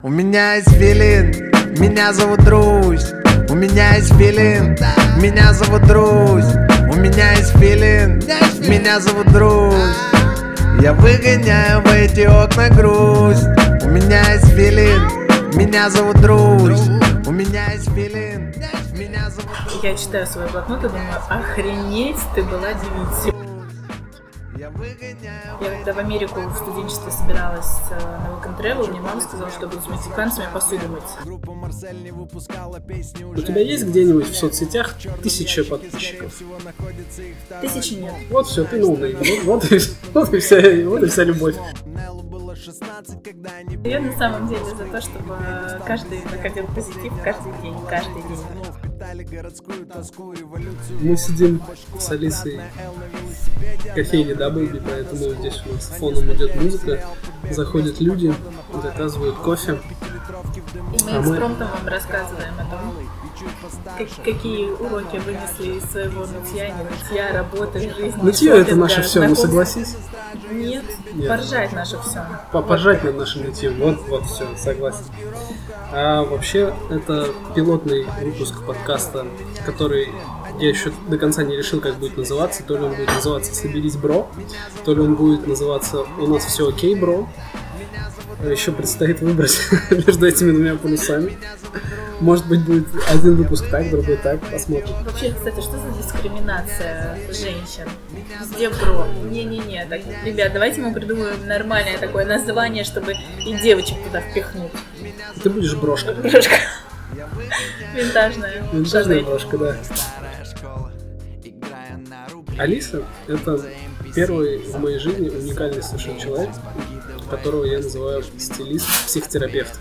У меня есть филин, меня зовут Русь. У меня есть филин, меня зовут Русь. У меня есть филин, меня зовут Русь. Я выгоняю в эти окна грусть. У меня есть филин, меня зовут Русь. У меня есть филин, меня зовут Русь. Я читаю свой блокнот и думаю, охренеть, ты была девицей. Я когда в Америку в студенчестве собиралась на Work and Travel, мне мама сказала, что буду с мексиканцами посуду мыть. У тебя есть где-нибудь в соцсетях 1000 подписчиков? 1000 нет. Вот все, ты ноунейм. Вот и вся любовь. Я на самом деле за то, чтобы каждый находил позитив каждый день. Мы сидим с Алисой в кофейне Даблби, поэтому здесь у нас фоном идет музыка, заходят люди, заказывают кофе. И мы экспромтом вам рассказываем о том, какие уроки вынесли из своего нытья, не нытья, работы, жизни. Нытье — это наше все, ну согласись? Нет, поржать наше все. Поржать над нашим нытьем, вот все, согласен. А вообще, это пилотный выпуск подкаста, который я еще до конца не решил, как будет называться. То ли он будет называться «Соберись, бро», то ли он будет называться «У нас все окей, бро». Еще предстоит выбрать между этими двумя полюсами. Может быть, будет один выпуск так, другой так, посмотрим. Вообще, кстати, что за дискриминация женщин? Везде бро. Не-не-не, так, ребят, давайте мы придумаем нормальное такое название, чтобы и девочек туда впихнуть. Ты будешь брошка. Брошка. Винтажная. Винтажная брошка, да. Алиса — это первый в моей жизни уникальный совершенно человек, которого я называю стилист, психотерапевт.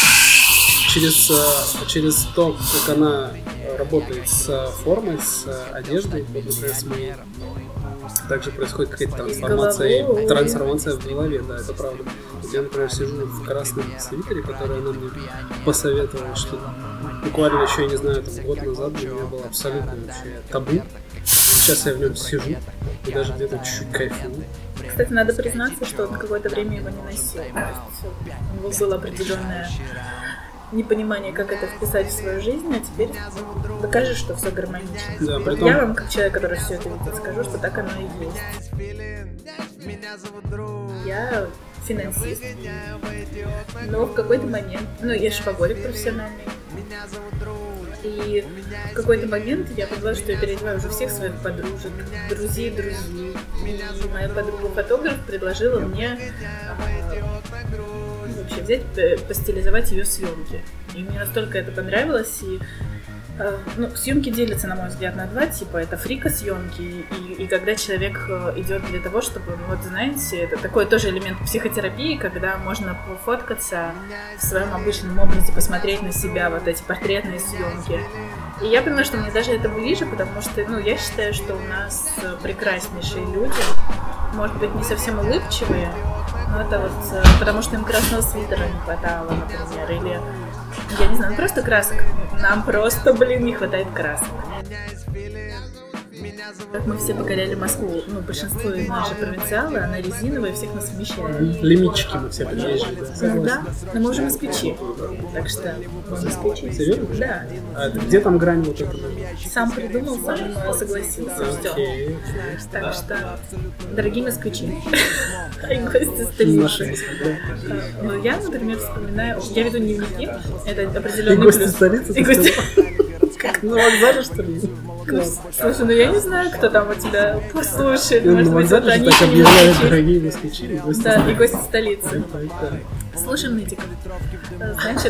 Через то, как она работает с формой, с одеждой, вот, например, с моей, также происходит какая-то трансформация в голове, да, это правда. Вот я, например, сижу в красном свитере, который она мне посоветовала, что буквально еще, я не знаю, год назад для меня было абсолютно вообще табу. Сейчас я в нем сижу и даже где-то чуть-чуть кайфую. Кстати, надо признаться, что он какое-то время его не носил. У него было определенное непонимание, как это вписать в свою жизнь, а теперь докажешь, что все гармонично. Да, вот я вам, как человек, который все это видит, скажу, что так оно и есть. Я финансист, но в какой-то момент, я шопоголик профессиональный, и в какой-то момент я поняла, что я переодеваю уже всех своих подружек, друзей. И моя подруга-фотограф предложила мне вообще взять, постилизовать ее съемки. И мне настолько это понравилось, и съемки делятся, на мой взгляд, на два типа. Это фрикосъемки, и когда человек идет для того, чтобы, знаете, это такой тоже элемент психотерапии, когда можно пофоткаться в своем обычном образе, посмотреть на себя, вот эти портретные съемки. И я поняла, что мне даже это ближе, потому что, я считаю, что у нас прекраснейшие люди, может быть, не совсем улыбчивые, но это вот потому что им красного свитера не хватало, например, или я не знаю, просто красок. Нам просто, не хватает красок. Как мы все покоряли Москву, большинство из наших провинциалы, она резиновая, всех нас вмещает. Лимитчики мы все приезжали. Да, но мы уже москвичи, так что мы москвичи. Серьезно? Да. А где там грань вот эта? Сам придумал, сам согласился, все. Так что, дорогие москвичи, и гости столицы. Я, например, вспоминаю, я веду дневники, это определенный плюс. И гости столицы? Как на вокзале, что ли? Слушай, я не знаю, кто там у тебя послушает. Может быть, вот они так объявляют, дорогие москвичи и гости столицы. Да, и гости столицы. Слушаем нытиков. Значит,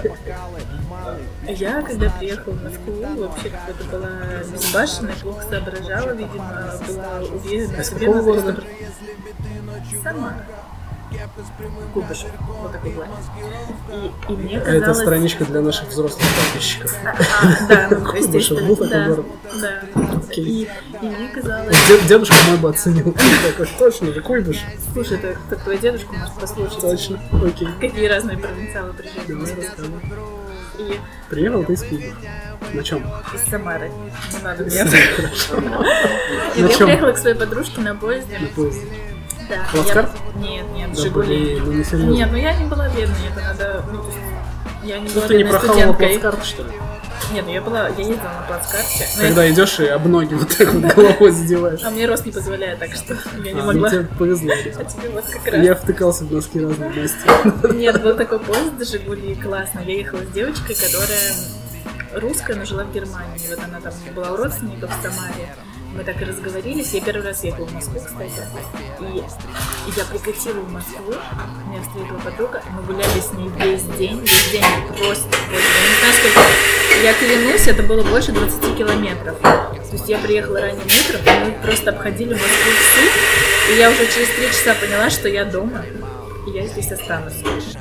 я, когда приехала в Москву, вообще какая-то была безбашенная, плохо соображала, видимо, была уверена в себе. Какого города? Самара. Кубышев, вот такой план. И мне казалось... Это страничка для наших взрослых подписчиков. Да, Кубышев был такой город. Да. И мне казалось... Дедушка мой бы оценил. Такой, точно же, Куйбышев. Слушай, это твой дедушка может послушать. Точно, окей. Какие разные провинциалы приезжали. Приехал ты из Киева. На чем? Из Самары. Не надо мне. Я приехала к своей подружке на поезде. Да. Плацкарт? Нет, Да, Жигули. ну не серьезно. Нет, ну я не была бедной, это надо... Ну, то есть, я не была Ты не бедной прохавала студенткой. плацкарт, что ли? Нет, ну я ездила на плацкарте. Когда идешь и об ноги вот так вот головой задеваешь. А мне рост не позволяет, так что я не Ну могла. тебе повезло. А тебе вот как раз. Я втыкался в носки разных мастей. Нет, был такой поезд до Жигули, классно. Я ехала с девочкой, которая русская, но жила в Германии. Вот она там была у родственников в Самаре. Мы так и разговорились. Я первый раз ехала в Москву, кстати. И я прикатила в Москву, меня встретила подруга, мы гуляли с ней весь день просто. Я не знаю, сколько. Я клянусь, это было больше 20 километров. То есть я приехала ранним утром, и мы просто обходили Москву всю. И я уже через 3 часа поняла, что я дома, и я здесь останусь.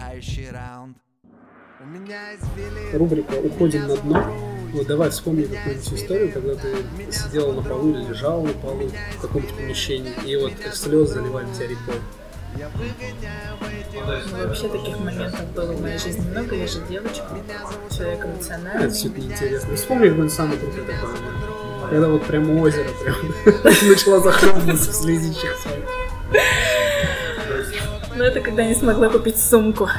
Рубрика «Уходим на дно». Вот давай вспомни какую-нибудь историю, когда ты сидела на полу или лежала на полу в каком-то помещении, и вот слезы заливали тебя рекой. Ну, вообще таких моментов было в моей жизни много. Я же девочка, человек эмоциональный. Это все неинтересно. Вспомни какой-нибудь самый крутой такой момент. Когда вот прямо озеро прям начала захлебываться в слезищах своих. Ну это когда не смогла купить сумку.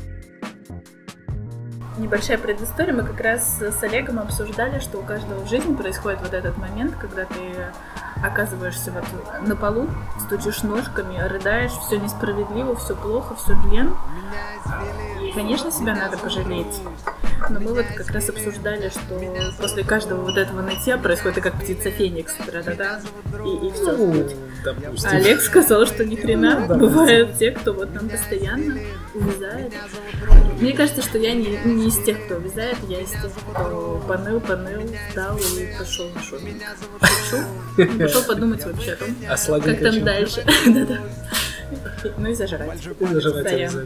Небольшая предыстория. Мы как раз с Олегом обсуждали, что у каждого в жизни происходит вот этот момент, когда ты оказываешься вот на полу, стучишь ножками, рыдаешь, все несправедливо, все плохо, все тлен. И, конечно, себя надо пожалеть. Но мы вот как раз обсуждали, что после каждого вот этого нытья происходит как птица Феникс, тра-да-да, и все. Допустим. А Олег сказал, что ни хрена, бывают те, кто вот там постоянно увязает. Мне кажется, что я не из тех, кто увязает, я из тех, кто поныл, встал и пошел на шопинг. Пошел подумать вообще о том, как там дальше. Да-да. Ну и зажрать. Постоянно.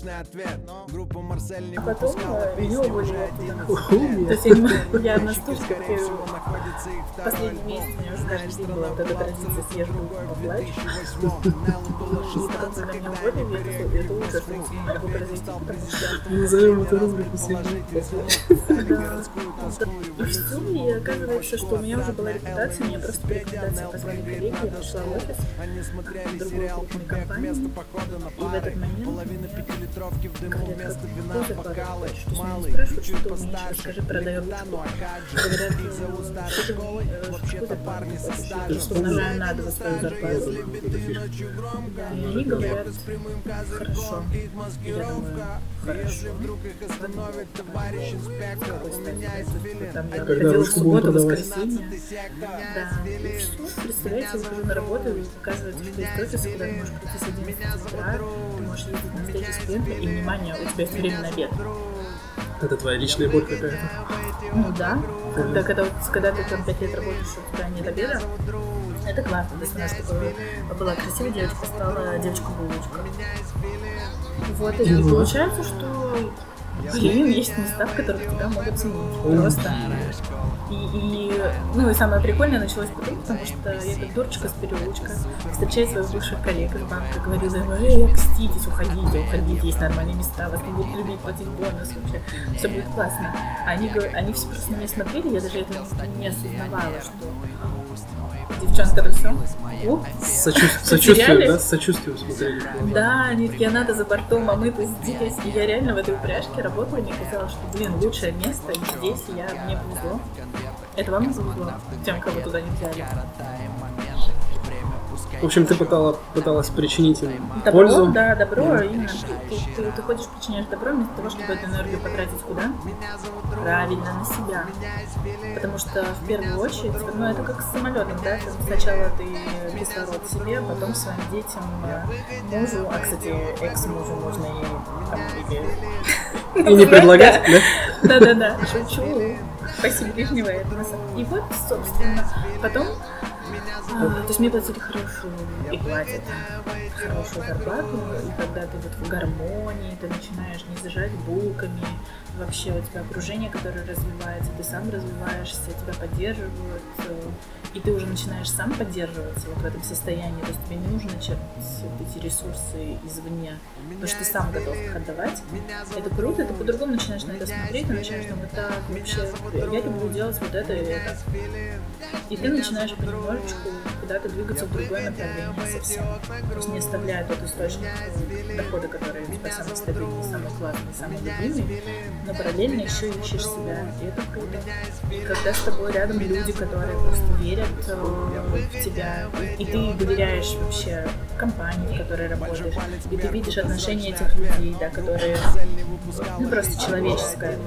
А потом меня уволили оттуда. То есть я настолько в последний месяц, у меня уже каждый день была вот эта традиция съешь булку поплачь. И потом, когда меня уволили, это ужас, что не могу произойти, потому что... Назовем эту рубрику «Съешь булку поплачь». Да. И все, и оказывается, что у меня уже была репутация, меня просто по рекомендации позвали коллеги, я пришла в офис, в другую крупную компанию, и в этот момент говорят, какую зарплату хочешь? То есть меня спрашивают, что ты умеешь, расскажи про доёбочку. Говорят, что ты какую зарплату хочешь? Я просто умножаю на 2 свою зарплату. Да, и они говорят, хорошо. И я думаю, хорошо. Какой статус? Там я ходила в субботу, воскресенье. Да, и все. Представляете, я выхожу на работу, и оказывается, что есть офис, куда ты можешь прийти с 11 утра, ты можешь ездить на встречи с клиентами, и, внимание, у тебя есть время на обед. Это твоя личная боль какая-то? Ну да. Когда ты там 5 лет работаешь, у тебя нет обеда, это классно. То есть у нас была красивая девочка, стала девочка-булочка. Вот, и получается, что есть места, в которых тебя могут ценить. Просто. Ну и самое прикольное началось потом, потому что я как дурочка с переулочка встречаю своих бывших коллег из банка, говорю, окститесь, уходите, есть нормальные места, вас не будут любить, платить бонус, вообще, все будет классно. А они все просто на меня смотрели, я даже этого не осознавала, что девчонка-то все. Сочувствие, да? С сочувствием смотрели. Да, они такие, надо за бортом, а мы-то здесь. И я реально в этой упряжке работала, мне казалось, что, лучшее место, и здесь мне повезло. Это вам не повезло, тем, кого туда не взяли. В общем, ты пыталась причинить им добро, пользу. Да, добро, именно. Ты ходишь, причиняешь добро, вместо того, чтобы эту энергию потратить куда? Правильно, на себя. Потому что в первую очередь, это как с самолетом, да? Сначала ты кислород себе, потом своим детям, мужу, а, кстати, экс-мужу можно и не предлагать, да? Да, шучу. Спасибо, ближнего этого. И вот, собственно, потом... То есть мне платили хорошую и платят хорошую зарплату, и когда ты вот в гармонии, ты начинаешь не зажать булками, вообще у тебя окружение, которое развивается, ты сам развиваешься, тебя поддерживают, и ты уже начинаешь сам поддерживаться вот в этом состоянии, то есть тебе не нужно черпать эти ресурсы извне, потому что ты сам готов их отдавать. Это круто, ты по-другому начинаешь на это смотреть, ты начинаешь думать, так, вообще, я люблю делать вот это и это. И ты начинаешь понемножечку куда-то двигаться в другое направление совсем. То есть не оставляя тот источник дохода, который у тебя самый стабильный, самый классный, самый любимый, но параллельно еще ищешь себя. И это круто. И когда с тобой рядом люди, которые просто верят в тебя, и ты доверяешь вообще компании, в которой работаешь, и ты видишь отношения этих людей, да, которые, ну, просто человеческое.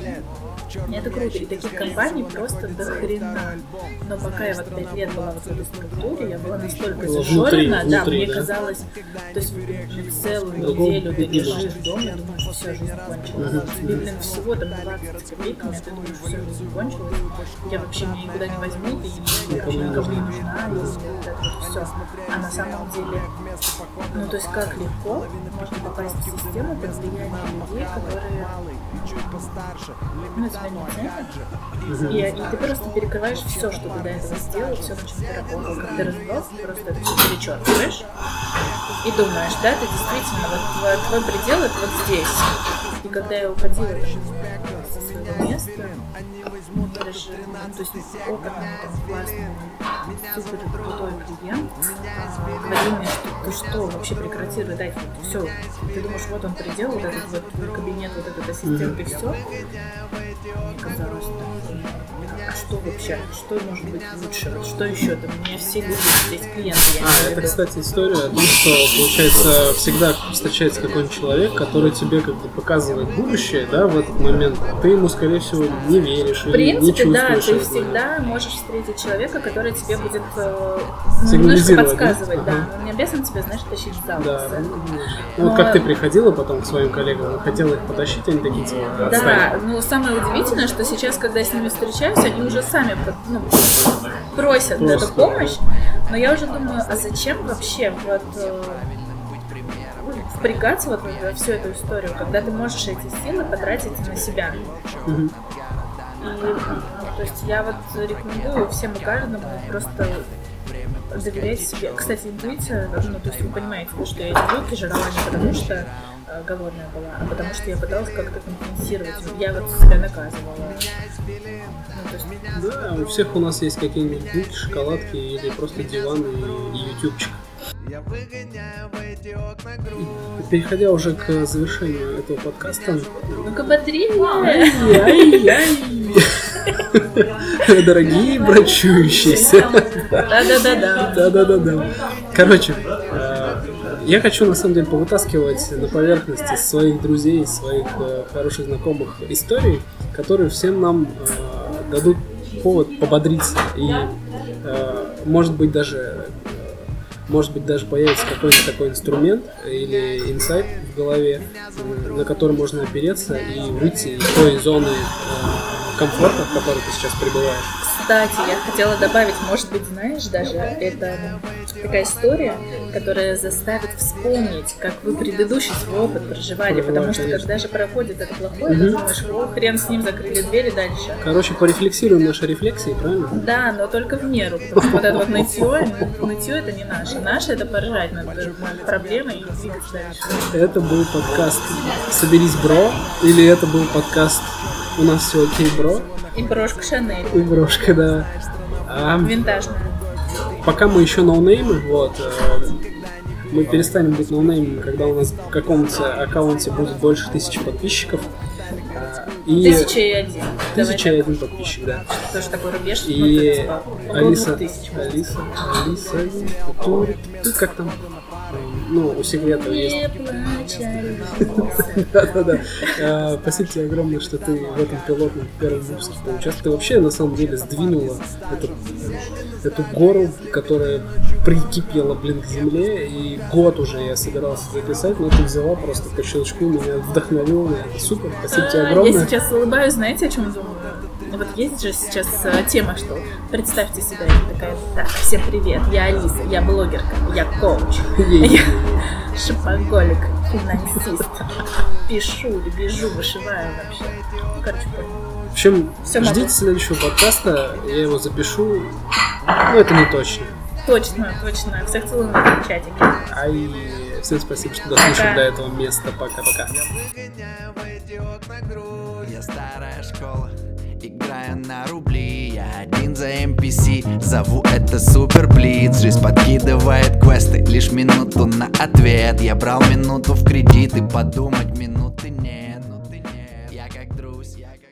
И это круто, и таких компаний просто до хрена. Но пока я вот 5 лет была вот в этой структуре, я была настолько зажжена, да, мне казалось, то есть целую неделю ты лежишь дома и думаешь, все, жизнь кончилась. Тебе, блин, всего там 20 копейками, а ты думаешь, все, жизнь кончилась, я вообще меня никуда не возьму, и я вообще никому не нужна, и вот это вот все. А на самом деле, ну то есть как легко можно попасть в систему под влиянием людей, которые, ну, тебя не ценят, и ты просто перекрываешь все, что ты до этого сделал, все, на чем ты работал, как ты развивался, ты просто это все перечеркиваешь и думаешь, да, ты действительно, вот твой предел это вот здесь. И когда я уходила там, со своего места, даже, то есть опытный, там, классный, супер крутой клиент говорил мне, что ты что, вообще прекрати рыдать, вот все, ты думаешь, вот он предел, вот этот вот твой кабинет, вот этот ассистент и все. Мне казалось, а что вообще, что может быть лучше, вот что еще там, меня все любят, здесь клиенты. Это, кстати, история о том, что, получается, всегда встречается какой-нибудь человек, который тебе как бы показывает будущее, да, в этот момент, а ты ему, скорее всего, не веришь, в принципе, не чувствуешь. Да, ты всегда можешь встретить человека, который тебе будет немножко подсказывать, да, он не обязан тебя, знаешь, тащить в зал. Да, ну, вот как ты приходила потом к своим коллегам, хотела их потащить, они такие типа отстали. Да, но самое удивительное, что сейчас, когда я с ними встречаюсь, они уже сами просят эту помощь, но я уже думаю, а зачем вообще вот впрягаться вот во всю эту историю, когда ты можешь эти силы потратить на себя. И, то есть я вот рекомендую всем и каждому просто доверять себе. Кстати, интуиция, ну, то есть вы понимаете, что я не жрала не потому, что голодная была, а потому что я пыталась как-то компенсировать. Я вот себя наказывала. Ну, то есть... Да, у всех у нас есть какие-нибудь булки, шоколадки или просто диван и ютубчик. Переходя уже к завершению этого подкаста. Ну-ка, бодрее! Дорогие брачующиеся. Да. Короче, я хочу на самом деле повытаскивать на поверхности своих друзей, своих хороших знакомых историй, которые всем нам дадут повод пободриться. И может быть даже появится какой-то такой инструмент или инсайт в голове, на который можно опереться и выйти из той зоны комфорта, в которой ты сейчас пребываешь. Кстати, я хотела добавить, может быть, знаешь, даже это такая история, которая заставит вспомнить, как вы предыдущий свой опыт проживали, потому что конечно. Когда же проходит это плохое, ты думаешь, о, хрен с ним, закрыли дверь и дальше. Короче, порефлексируем наши рефлексии, правильно? Да, но только в меру, потому что вот это вот нытье это не наше. Наше это поржать над проблемой и двигаться дальше. Это был подкаст «Соберись, бро», или это был подкаст «У нас все окей, бро». И брошка Шанель. И брошка, да. Винтажная. Пока мы еще ноунеймы, вот, мы перестанем быть ноунеймами, когда у нас в каком-то аккаунте будет больше 1000 подписчиков. И 1001. 1001 подписчик, да. Тоже такой рубеж. И Алиса, ты как там? Ну, у секрета есть. Не плачь, Да. Спасибо тебе огромное, что ты в этом пилотном первом выпуске поучаствовал. Ты вообще на самом деле сдвинула эту гору, которая прикипела, блин, к земле. И год уже я собирался записать, но ты взяла просто по щелчку, меня вдохновила. Это супер. Спасибо тебе огромное. Я сейчас улыбаюсь, знаете, о чем думаю? Вот есть же сейчас тема, что представьте себя, я такая, так, всем привет, я Алиса, я блогерка, я коуч, я шопоголик, Финансист. Пишу или бежу, вышиваю вообще. Ну, короче, понял. В общем, Всё ждите могу. следующего подкаста, я его запишу. Ну, это не точно. Точно. Всех целую на этом чатике. Ай, всем спасибо, что дослушали Пока. до этого места. Пока-пока. Я старая школа, играю на рубли. Я один за NPC, зову это Супер Блиц. Жизнь подкидывает квесты, лишь минуту на ответ. Я брал минуту в кредит и подумать минуты нет. Я как друзь,